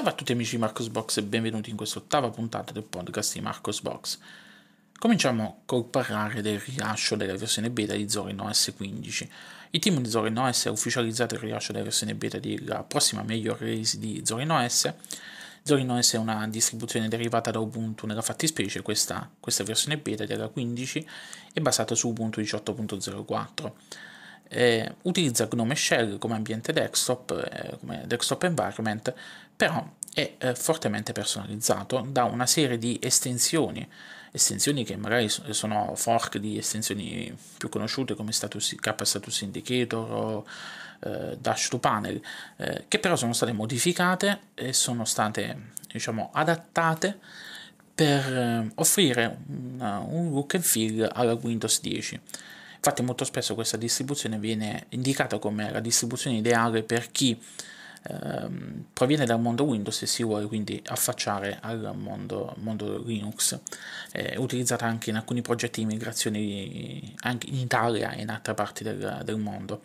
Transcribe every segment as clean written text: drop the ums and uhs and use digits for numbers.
Salve a tutti amici di Marcosbox e benvenuti in questa ottava puntata del podcast di Marcosbox. Cominciamo col parlare del rilascio della versione beta di Zorin OS 15. Il team di Zorin OS ha ufficializzato il rilascio della versione beta della prossima major release di Zorin OS. Zorin OS è una distribuzione derivata da Ubuntu nella fattispecie, questa versione beta della 15 è basata su Ubuntu 18.04. Utilizza Gnome Shell come ambiente desktop, come desktop environment, però è fortemente personalizzato da una serie di estensioni che magari sono fork di estensioni più conosciute come K-Status Indicator o Dash to Panel, che però sono state modificate e sono state, diciamo, adattate per offrire un look and feel alla Windows 10. Infatti molto spesso questa distribuzione viene indicata come la distribuzione ideale per chi proviene dal mondo Windows e si vuole quindi affacciare al mondo Linux. È utilizzata anche in alcuni progetti di migrazione anche in Italia e in altre parti del mondo.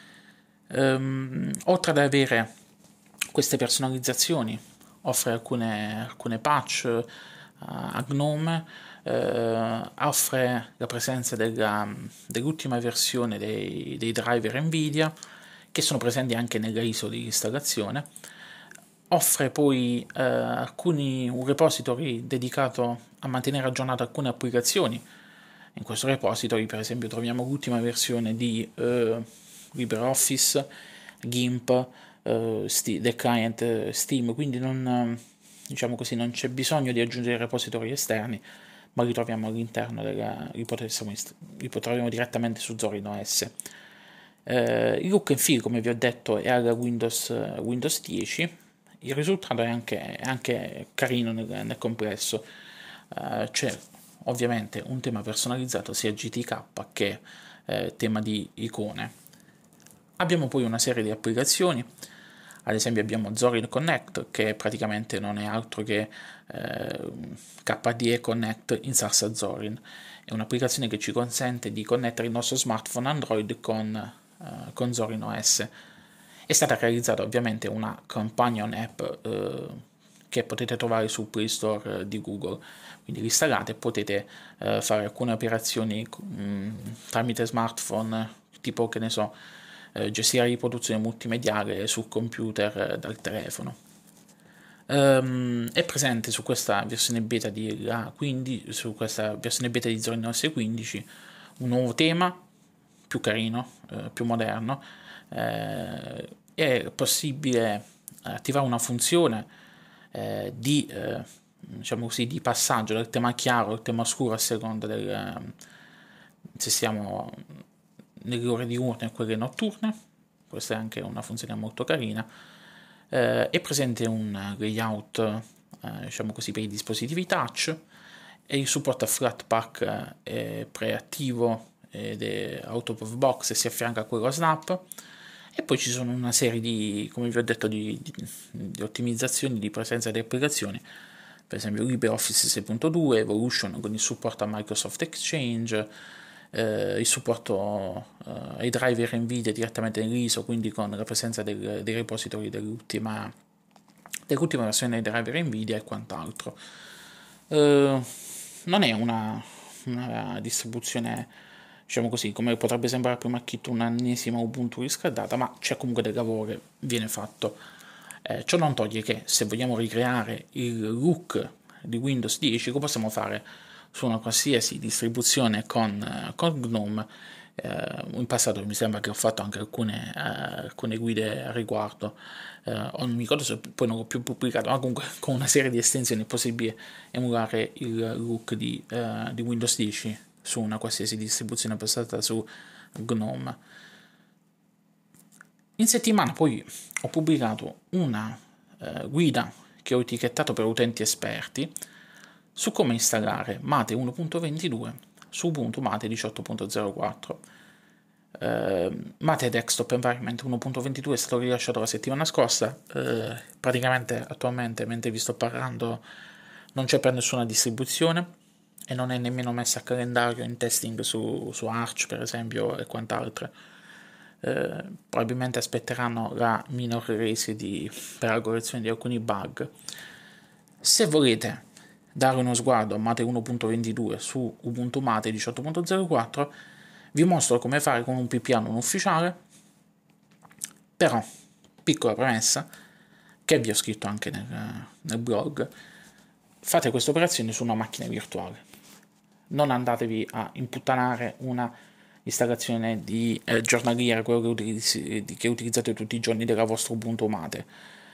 Oltre ad avere queste personalizzazioni, offre alcune patch a Gnome, offre la presenza dell'ultima versione dei driver Nvidia, che sono presenti anche nella ISO di installazione. Offre poi un repository dedicato a mantenere aggiornate alcune applicazioni. In questo repository, per esempio, troviamo l'ultima versione di LibreOffice, GIMP, del client Steam, quindi non c'è bisogno di aggiungere repository esterni, ma li troviamo all'interno li troviamo direttamente su Zorin OS. Il look and feel, come vi ho detto, è alla Windows 10. Il risultato è anche carino nel complesso. C'è ovviamente un tema personalizzato sia GTK che tema di icone. Abbiamo poi una serie di applicazioni. Ad esempio abbiamo Zorin Connect, che praticamente non è altro che KDE Connect in salsa Zorin. È un'applicazione che ci consente di connettere il nostro smartphone Android con Zorin OS. È stata realizzata ovviamente una companion app che potete trovare sul Play Store di Google, quindi l'installate e potete fare alcune operazioni tramite smartphone, tipo, che ne so, gestire la riproduzione multimediale sul computer dal telefono. È presente su questa versione beta di Zorin OS 15 un nuovo tema più carino, più moderno. È possibile attivare una funzione di passaggio dal tema chiaro al tema scuro a seconda se siamo nelle ore diurne o quelle notturne. Questa è anche una funzione molto carina. È presente un layout per i dispositivi touch, e il supporto a Flatpak è preattivo ed è out of box e si affianca a quello a Snap. E poi ci sono una serie di, come vi ho detto, di ottimizzazioni di presenza di applicazioni, per esempio LibreOffice 6.2, Evolution con il supporto a Microsoft Exchange, il supporto ai driver Nvidia direttamente nell'ISO, quindi con la presenza dei repository dell'ultima versione dei driver Nvidia e quant'altro. Non è una distribuzione, diciamo così, come potrebbe sembrare a prima acchito, un'ennesima Ubuntu riscaldata, ma c'è comunque del lavoro che viene fatto. Ciò non toglie che se vogliamo ricreare il look di Windows 10 lo possiamo fare su una qualsiasi distribuzione con Gnome. In passato mi sembra che ho fatto anche alcune guide a riguardo, non mi ricordo se poi non l'ho più pubblicato, ma comunque con una serie di estensioni è possibile emulare il look di Windows 10 su una qualsiasi distribuzione basata su Gnome. In settimana poi ho pubblicato una guida che ho etichettato per utenti esperti su come installare Mate 1.22 su Ubuntu Mate 18.04. Mate Desktop Environment 1.22 è stato rilasciato la settimana scorsa. Praticamente attualmente, mentre vi sto parlando, non c'è per nessuna distribuzione e non è nemmeno messa a calendario in testing su Arch, per esempio, e quant'altro. probabilmente aspetteranno la minor release per la correzione di alcuni bug. Se volete dare uno sguardo a Mate 1.22 su Ubuntu Mate 18.04, vi mostro come fare con un PPA non ufficiale, però, piccola premessa, che vi ho scritto anche nel blog, fate queste operazioni su una macchina virtuale. Non andatevi a imputtanare una installazione di giornaliera, quello che utilizzate tutti i giorni del vostro Ubuntu Mate,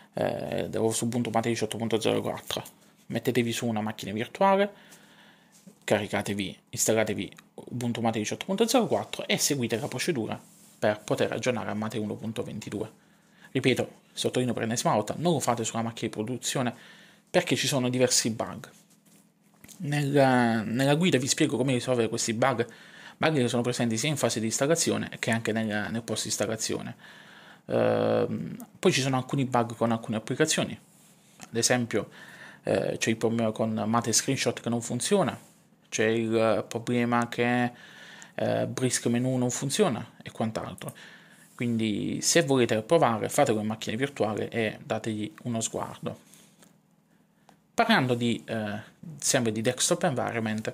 18.04. Mettetevi su una macchina virtuale, installatevi Ubuntu Mate 18.04 e seguite la procedura per poter aggiornare a Mate 1.22. Ripeto, sottolineo per l'ennesima volta, non lo fate sulla macchina di produzione perché ci sono diversi bug. Nella guida vi spiego come risolvere questi bug che sono presenti sia in fase di installazione che anche nel post installazione. Poi ci sono alcuni bug con alcune applicazioni, ad esempio c'è il problema con Mate Screenshot che non funziona, c'è il problema che Brisk Menu non funziona e quant'altro. Quindi se volete provare, fate con macchine virtuali e dategli uno sguardo. Parlando sempre di desktop environment,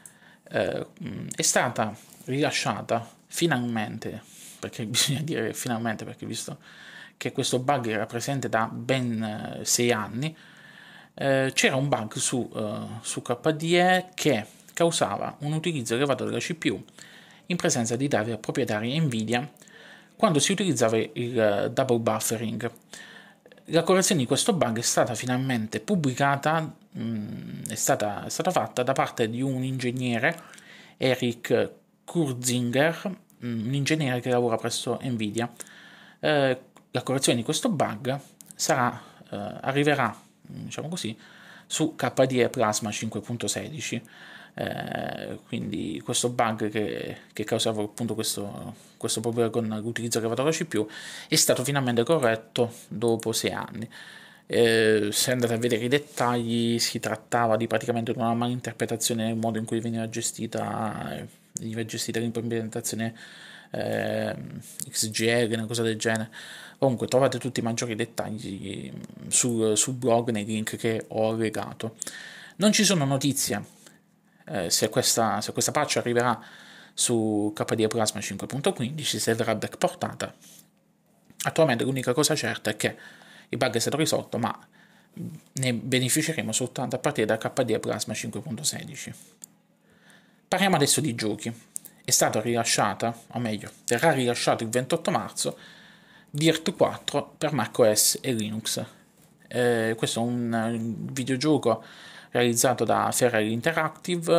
è stata rilasciata finalmente, perché bisogna dire finalmente, perché visto che questo bug era presente da ben 6 anni, c'era un bug su KDE che causava un utilizzo elevato della CPU in presenza di driver proprietari NVIDIA quando si utilizzava il double buffering. La correzione di questo bug è stata finalmente pubblicata, è stata fatta da parte di un ingegnere, Eric Kurzinger, un ingegnere che lavora presso NVIDIA. La correzione di questo bug arriverà, diciamo così, su KDE Plasma 5.16. Quindi questo bug che causava appunto questo problema con l'utilizzo elevato della CPU è stato finalmente corretto dopo 6 anni. Se andate a vedere i dettagli, si trattava di praticamente una malinterpretazione nel modo in cui veniva gestita l'implementazione XGL, una cosa del genere. Comunque trovate tutti i maggiori dettagli sul blog nei link che ho legato. Non ci sono notizie se questa patch arriverà su KDE Plasma 5.15, se verrà backportata. Attualmente l'unica cosa certa è che il bug è stato risolto, ma ne beneficeremo soltanto a partire da KDE Plasma 5.16. Parliamo adesso di giochi. È stata rilasciata, o meglio, verrà rilasciato il 28 marzo, Dirt 4 per macOS e Linux. Questo è un videogioco realizzato da Ferrari Interactive,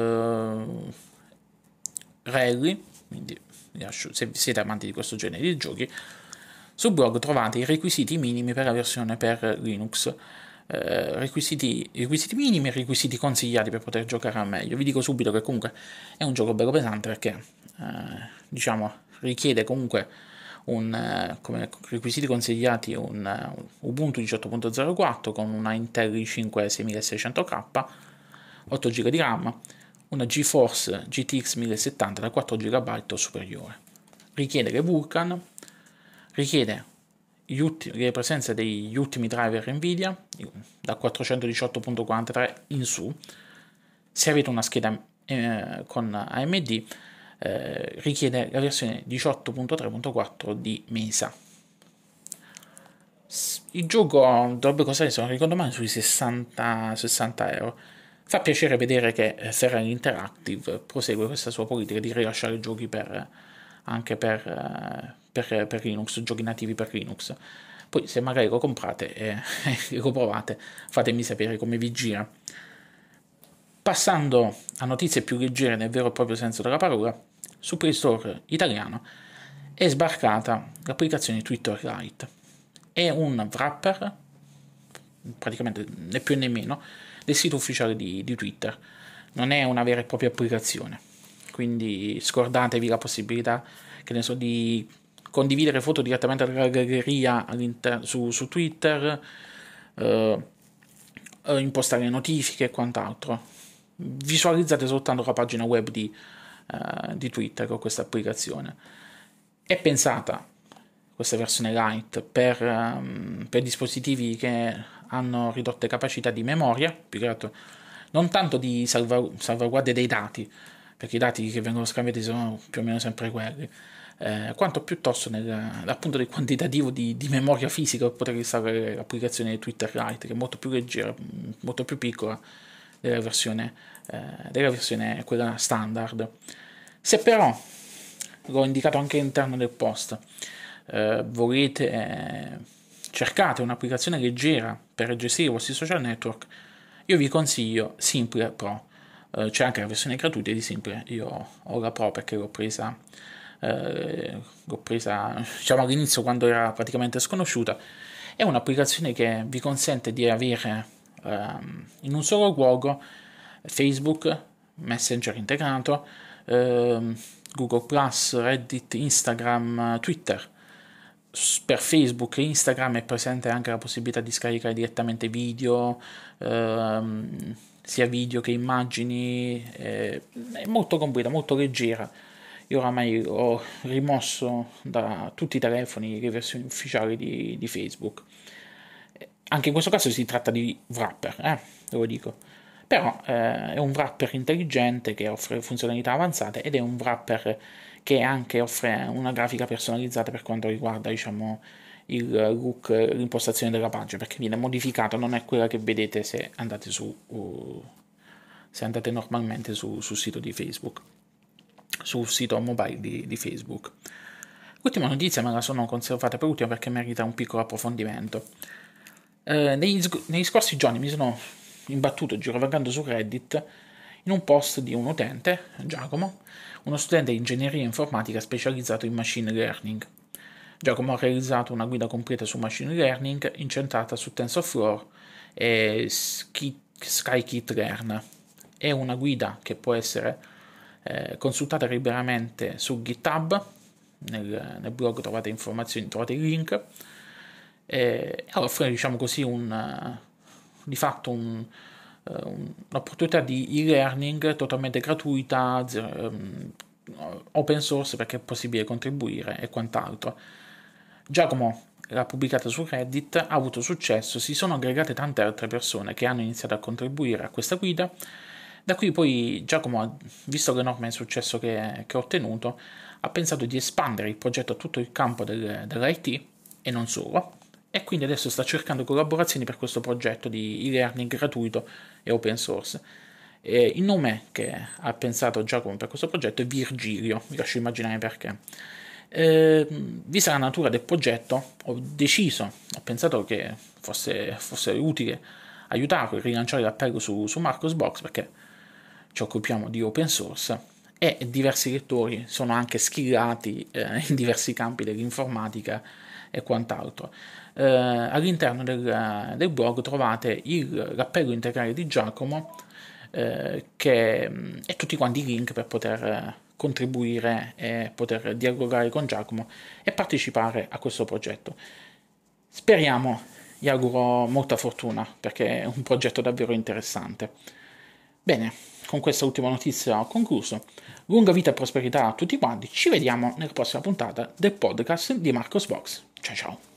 Rally, quindi se siete amanti di questo genere di giochi, sul blog trovate i requisiti minimi per la versione per Linux, requisiti minimi e requisiti consigliati per poter giocare al meglio. Vi dico subito che comunque è un gioco bello pesante perché diciamo richiede comunque come requisiti consigliati un Ubuntu 18.04 con una Intel i5 6600K, 8 GB di RAM, una GeForce GTX 1070 da 4 GB o superiore. Richiede le Vulkan, richiede le presenze degli ultimi driver Nvidia da 418.43 in su. Se avete una scheda con AMD, richiede la versione 18.3.4 di Mesa. Il gioco dovrebbe costare, se non ricordo male, sui 60 euro. Fa piacere vedere che Ferrari Interactive prosegue questa sua politica di rilasciare giochi anche per Linux, giochi nativi per Linux. Poi se magari lo comprate e lo provate, fatemi sapere come vi gira. Passando a notizie più leggere nel vero e proprio senso della parola, su Play Store italiano è sbarcata l'applicazione Twitter Lite. È un wrapper, praticamente né più né meno, del sito ufficiale di Twitter. Non è una vera e propria applicazione, quindi scordatevi la possibilità, che ne so, di condividere foto direttamente dalla galleria su Twitter, impostare notifiche e quant'altro. Visualizzate soltanto la pagina web di Twitter con questa applicazione. è pensata questa versione Lite per dispositivi che hanno ridotte capacità di memoria, più che altro non tanto di salvaguardia dei dati, perché i dati che vengono scambiati sono più o meno sempre quelli, quanto piuttosto appunto del quantitativo di memoria fisica per poter installare l'applicazione di Twitter Lite, che è molto più leggera, molto più piccola della versione quella standard. Se però, l'ho indicato anche all'interno del post, volete cercate un'applicazione leggera per gestire i vostri social network, io vi consiglio Simple Pro. C'è anche la versione gratuita di Simple, io ho la Pro perché l'ho presa diciamo all'inizio quando era praticamente sconosciuta. È un'applicazione che vi consente di avere in un solo luogo Facebook, Messenger integrato, Google Plus, Reddit, Instagram, Twitter. Per Facebook e Instagram è presente anche la possibilità di scaricare direttamente video, sia video che immagini, è molto completa, molto leggera. Io oramai ho rimosso da tutti i telefoni le versioni ufficiali di Facebook. Anche in questo caso si tratta di wrapper, ve lo dico. Però è un wrapper intelligente che offre funzionalità avanzate ed è un wrapper che anche offre una grafica personalizzata per quanto riguarda, diciamo, il look, l'impostazione della pagina, perché viene modificata, non è quella che vedete se andate se andate normalmente sul sito di Facebook, sul sito mobile di Facebook. L'ultima notizia me la sono conservata per ultima perché merita un piccolo approfondimento. Negli scorsi giorni mi sono imbattuto girovagando su Reddit in un post di un utente, Giacomo, uno studente di ingegneria informatica specializzato in machine learning. Giacomo ha realizzato una guida completa su machine learning incentrata su TensorFlow e Scikit-learn. È una guida che può essere consultata liberamente su GitHub, nel blog trovate informazioni, trovate il link, e offre, diciamo così, di fatto un'opportunità di e-learning totalmente gratuita, open source, perché è possibile contribuire e quant'altro. Giacomo l'ha pubblicata su Reddit, ha avuto successo, si sono aggregate tante altre persone che hanno iniziato a contribuire a questa guida. Da qui poi Giacomo, visto l'enorme successo che ha ottenuto, ha pensato di espandere il progetto a tutto il campo dell'IT e non solo, e quindi adesso sta cercando collaborazioni per questo progetto di e-learning gratuito e open source. Il nome che ha pensato Giacomo per questo progetto è Virgilio, vi lascio immaginare perché. Vista la natura del progetto, ho pensato che fosse utile aiutarlo a rilanciare l'appello su Marcosbox, perché ci occupiamo di open source e diversi lettori sono anche skillati in diversi campi dell'informatica e quant'altro. All'interno del blog trovate l'appello integrale di Giacomo e tutti quanti i link per poter contribuire e poter dialogare con Giacomo e partecipare a questo progetto. Speriamo, gli auguro molta fortuna perché è un progetto davvero interessante. Bene, con questa ultima notizia ho concluso. Lunga vita e prosperità a tutti quanti, ci vediamo nella prossima puntata del podcast di Marcosbox. Ciao ciao!